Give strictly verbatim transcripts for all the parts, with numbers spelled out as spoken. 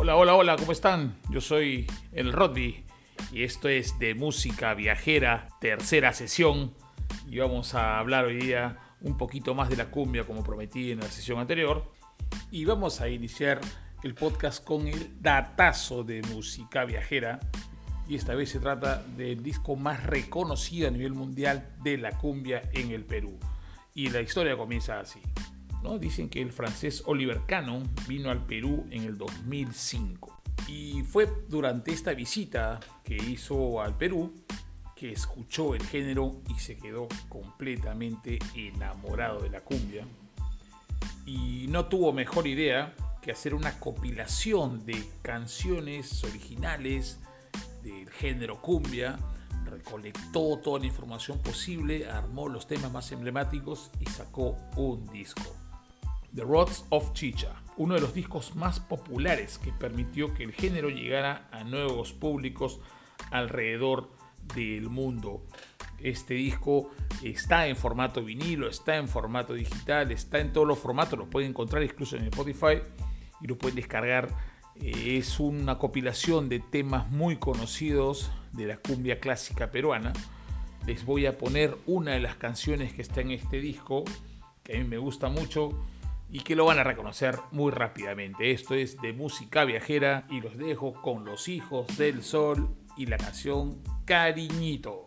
Hola, hola, hola, ¿cómo están? Yo soy el Rodby y esto es de música viajera, tercera sesión. Y vamos a hablar hoy día un poquito más de la cumbia, como prometí en la sesión anterior. Y vamos a iniciar el podcast con el datazo de música viajera. Y esta vez se trata del disco más reconocido a nivel mundial de la cumbia en el Perú. Y la historia comienza así, ¿no? Dicen que el francés Oliver Cannon vino al Perú en el dos mil cinco. Y fue durante esta visita que hizo al Perú que escuchó el género y se quedó completamente enamorado de la cumbia. Y no tuvo mejor idea que hacer una compilación de canciones originales del género cumbia. Recolectó toda la información posible, armó los temas más emblemáticos y sacó un disco. The Roots of Chicha, uno de los discos más populares que permitió que el género llegara a nuevos públicos alrededor del mundo. Este disco está en formato vinilo, está en formato digital, está en todos los formatos, lo pueden encontrar incluso en Spotify y lo pueden descargar. Es una compilación de temas muy conocidos de la cumbia clásica peruana. Les voy a poner una de las canciones que está en este disco, que a mí me gusta mucho y que lo van a reconocer muy rápidamente. Esto es de música viajera y los dejo con Los Hijos del Sol y la canción Cariñito.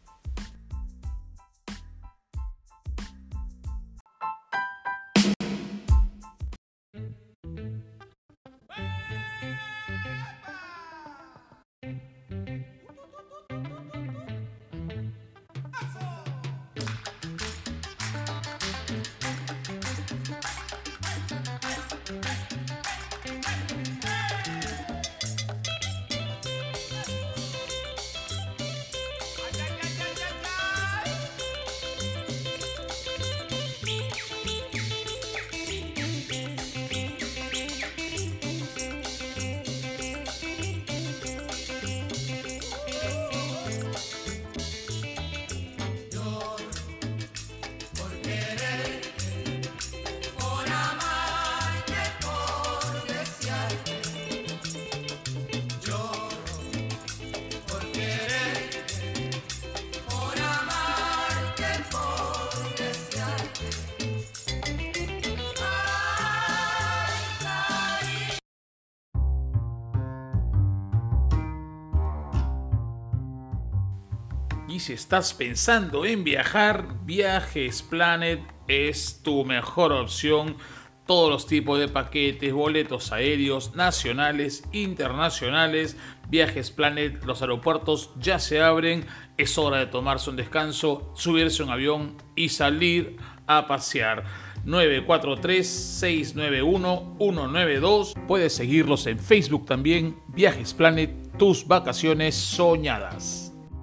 Y si estás pensando en viajar, Viajes Planet es tu mejor opción. Todos los tipos de paquetes, boletos aéreos, nacionales, internacionales. Viajes Planet, los aeropuertos ya se abren. Es hora de tomarse un descanso, subirse a un avión y salir a pasear. nueve cuatro tres, seis nueve uno, uno nueve dos. Puedes seguirlos en Facebook también. Viajes Planet, tus vacaciones soñadas.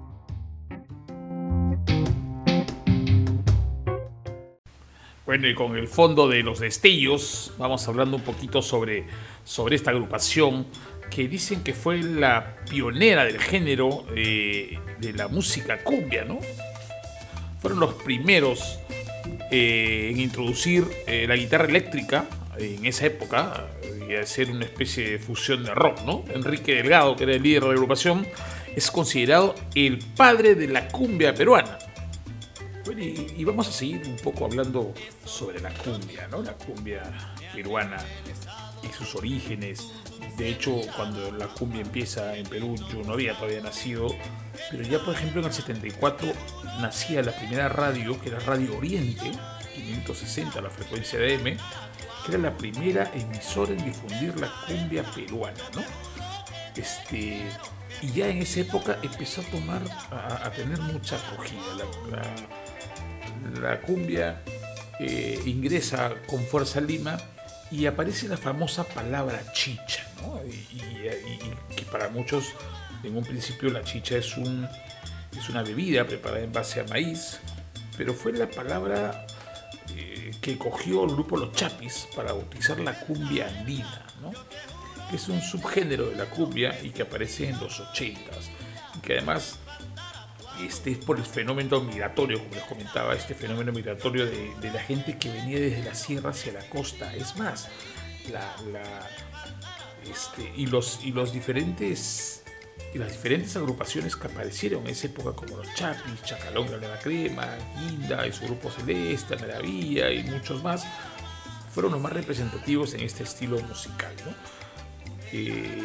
Bueno, y con el fondo de Los Destellos, vamos hablando un poquito sobre, sobre esta agrupación que dicen que fue la pionera del género eh, de la música cumbia, ¿no? Fueron los primeros eh, en introducir eh, la guitarra eléctrica en esa época y hacer una especie de fusión de rock, ¿no? Enrique Delgado, que era el líder de la agrupación, es considerado el padre de la cumbia peruana. Bueno, y, y vamos a seguir un poco hablando sobre la cumbia, ¿no? La cumbia peruana y sus orígenes. De hecho, cuando la cumbia empieza en Perú, yo no había todavía nacido, pero ya, por ejemplo, en el setenta y cuatro nacía la primera radio, que era Radio Oriente, quinientos sesenta, la frecuencia de A M, que era la primera emisora en difundir la cumbia peruana, ¿no? Este... Y ya en esa época empezó a tomar, a, a tener mucha acogida. La, la, la cumbia eh, ingresa con fuerza a Lima y aparece la famosa palabra chicha, ¿no? Y, y, y que para muchos, en un principio, la chicha es, un, es una bebida preparada en base a maíz, pero fue la palabra eh, que cogió el grupo Los Chapis para bautizar la cumbia andina, ¿no? Que es un subgénero de la cumbia y que aparece en los ochentas y que además este es por el fenómeno migratorio, como les comentaba, este fenómeno migratorio de, de la gente que venía desde la sierra hacia la costa. Es más, la, la, este, y, los, y los diferentes y las diferentes agrupaciones que aparecieron en esa época, como los Chapis, Chacalón de la Crema, Guinda y su grupo Celeste, Maravilla y muchos más, fueron los más representativos en este estilo musical, ¿no? Eh,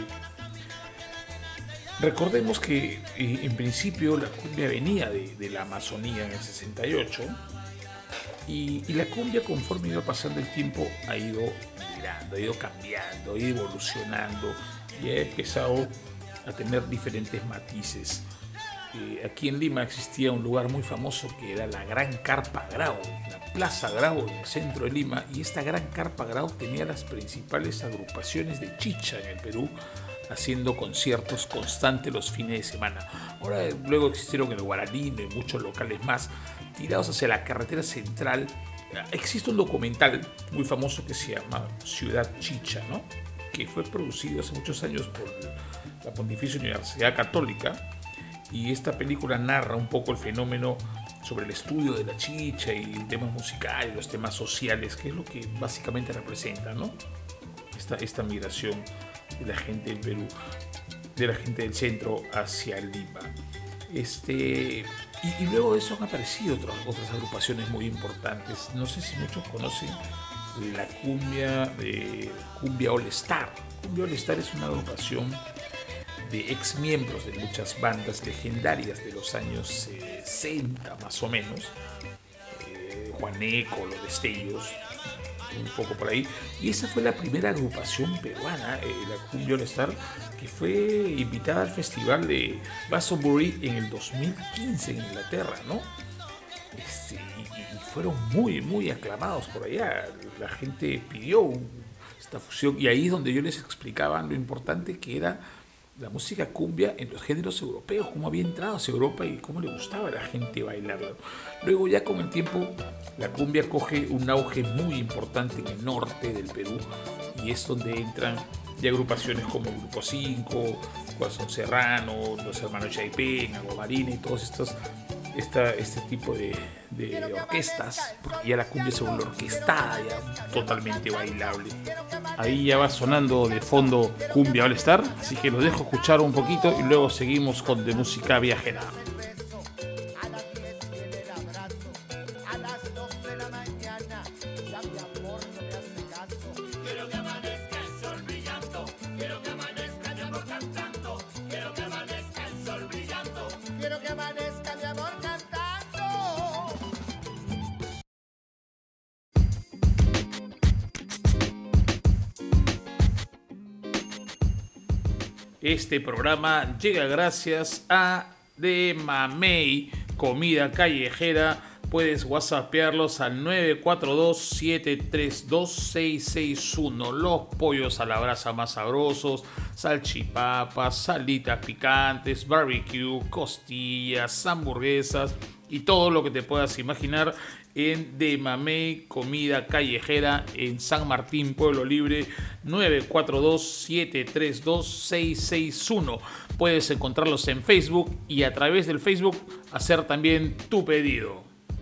recordemos que eh, en principio la cumbia venía de, de la Amazonía en el sesenta y ocho, y, y la cumbia, conforme iba pasando el tiempo, ha ido migrando, ha ido cambiando, ha ido evolucionando y ha empezado a tener diferentes matices. Eh, aquí en Lima existía un lugar muy famoso que era la Gran Carpa Grau, la Plaza Grau en el centro de Lima, y esta Gran Carpa Grau tenía las principales agrupaciones de chicha en el Perú, haciendo conciertos constantes los fines de semana. Ahora luego existieron el Guaranino y muchos locales más tirados hacia la carretera central. Existe un documental muy famoso que se llama Ciudad Chicha, ¿no?, que fue producido hace muchos años por la Pontificia Universidad Católica, y esta película narra un poco el fenómeno sobre el estudio de la chicha y el tema musical y los temas sociales, que es lo que básicamente representa, ¿no?, esta, esta migración de la gente del Perú, de la gente del centro hacia Lima. Este, y, y luego de eso han aparecido otras, otras agrupaciones muy importantes. No sé si muchos conocen la cumbia de Cumbia All Star. Cumbia All Star es una agrupación de ex miembros de muchas bandas legendarias de los años sesenta más o menos, eh, Juaneco, Los Destellos, un poco por ahí, y esa fue la primera agrupación peruana, eh, la Cumbia All Star, que fue invitada al festival de Glastonbury en el dos mil quince en Inglaterra, ¿no? Este, y, y fueron muy, muy aclamados por allá. La gente pidió esta fusión, y ahí es donde yo les explicaba lo importante que era la música cumbia en los géneros europeos, cómo había entrado hacia Europa y cómo le gustaba a la gente bailarlo. Luego, ya con el tiempo, la cumbia coge un auge muy importante en el norte del Perú, y es donde entran ya agrupaciones como Grupo cinco, Corazón Serrano, los hermanos Chaipén, Agua Marina y todos estos Esta, este tipo de, de orquestas, porque ya la cumbia se vuelve orquestada, ya totalmente bailable. Ahí ya va sonando de fondo Cumbia All Star, así que los dejo escuchar un poquito y luego seguimos con De Música Viajera. Este programa llega gracias a De Mamey, comida callejera. Puedes whatsappearlos al nueve cuatro dos, siete tres dos, seis seis uno. Los pollos a la brasa más sabrosos, salchipapas, salitas picantes, barbecue, costillas, hamburguesas y todo lo que te puedas imaginar en De Mamey, comida callejera, en San Martín, Pueblo Libre, nueve cuatro dos, siete tres dos, seis seis uno. Puedes encontrarlos en Facebook y a través del Facebook hacer también tu pedido.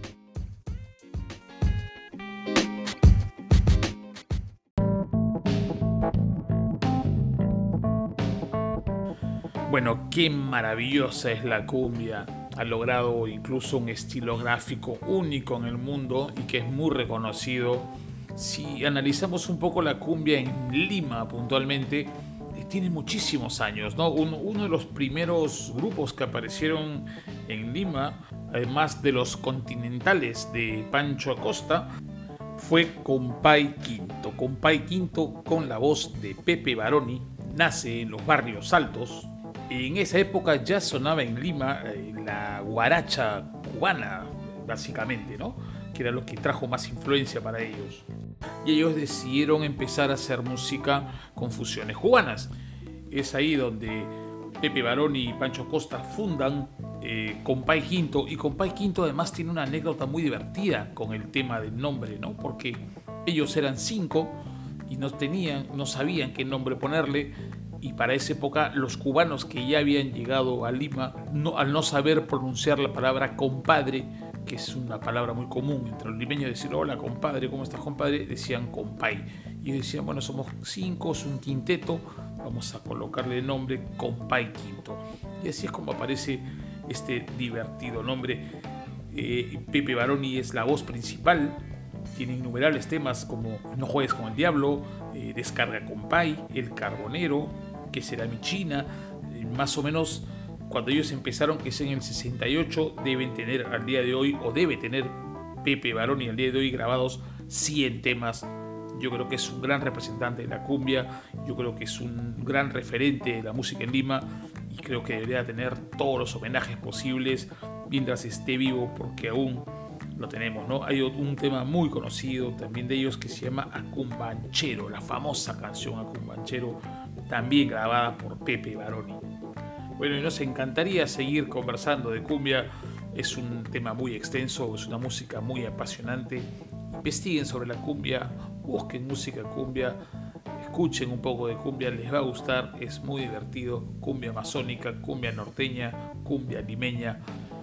Bueno, qué maravillosa es la cumbia. Ha logrado incluso un estilo gráfico único en el mundo y que es muy reconocido. Si analizamos un poco la cumbia en Lima puntualmente, tiene muchísimos años, ¿no? Uno, uno de los primeros grupos que aparecieron en Lima, además de los continentales de Pancho Acosta, fue Compay Quinto. Compay Quinto, con la voz de Pepe Baroni, nace en los barrios altos. En esa época ya sonaba en Lima eh, la guaracha cubana, básicamente, ¿no?, que era lo que trajo más influencia para ellos. Y ellos decidieron empezar a hacer música con fusiones cubanas. Es ahí donde Pepe Baroni y Pancho Costa fundan eh, Compay Quinto. Y Compay Quinto además tiene una anécdota muy divertida con el tema del nombre, ¿no?, porque ellos eran cinco y no tenían, no sabían qué nombre ponerle. Y para esa época los cubanos que ya habían llegado a Lima, no, al no saber pronunciar la palabra compadre, que es una palabra muy común entre los limeños, decir hola compadre, ¿cómo estás compadre?, decían compay. Y decían, bueno, somos cinco, es un quinteto, vamos a colocarle el nombre Compay Quinto. Y así es como aparece este divertido nombre. Eh, Pepe Baroni es la voz principal, tiene innumerables temas como No juegues con el diablo, eh, Descarga Compay, El Carbonero, ¿Qué será mi China? Eh, más o menos cuando ellos empezaron, que es en el sesenta y ocho, deben tener al día de hoy, o debe tener Pepe Baroni al día de hoy grabados cien temas. Yo creo que es un gran representante de la cumbia, yo creo que es un gran referente de la música en Lima y creo que debería tener todos los homenajes posibles mientras esté vivo, porque aún lo tenemos, ¿no? Hay un tema muy conocido también de ellos que se llama Acumbanchero, la famosa canción Acumbanchero, también grabada por Pepe Baroni. Bueno, y nos encantaría seguir conversando de cumbia, es un tema muy extenso, es una música muy apasionante. Investiguen sobre la cumbia, busquen música cumbia, escuchen un poco de cumbia, les va a gustar, es muy divertido. Cumbia amazónica, cumbia norteña, cumbia limeña,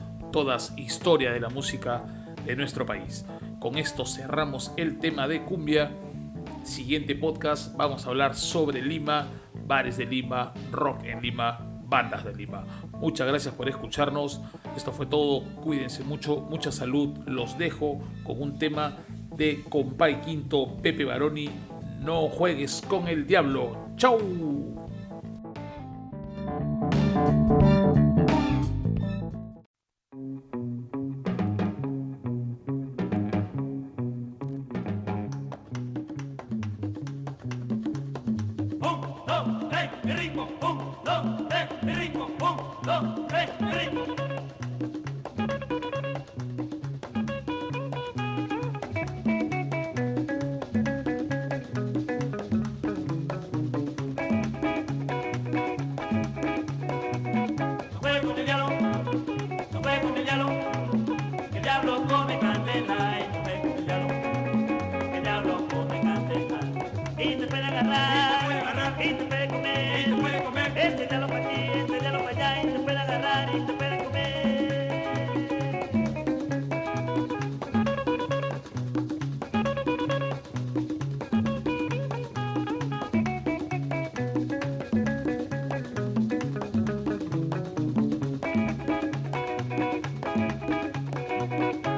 todas historia de la música de nuestro país. Con esto cerramos el tema de cumbia. Siguiente podcast vamos a hablar sobre Lima, bares de Lima, rock en Lima, bandas de Lima. Muchas gracias por escucharnos. Esto fue todo. Cuídense mucho, mucha salud. Los dejo con un tema de Compay Quinto, Pepe Baroni, No juegues con el diablo. ¡Chau!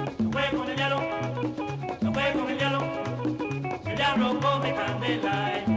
Come candela.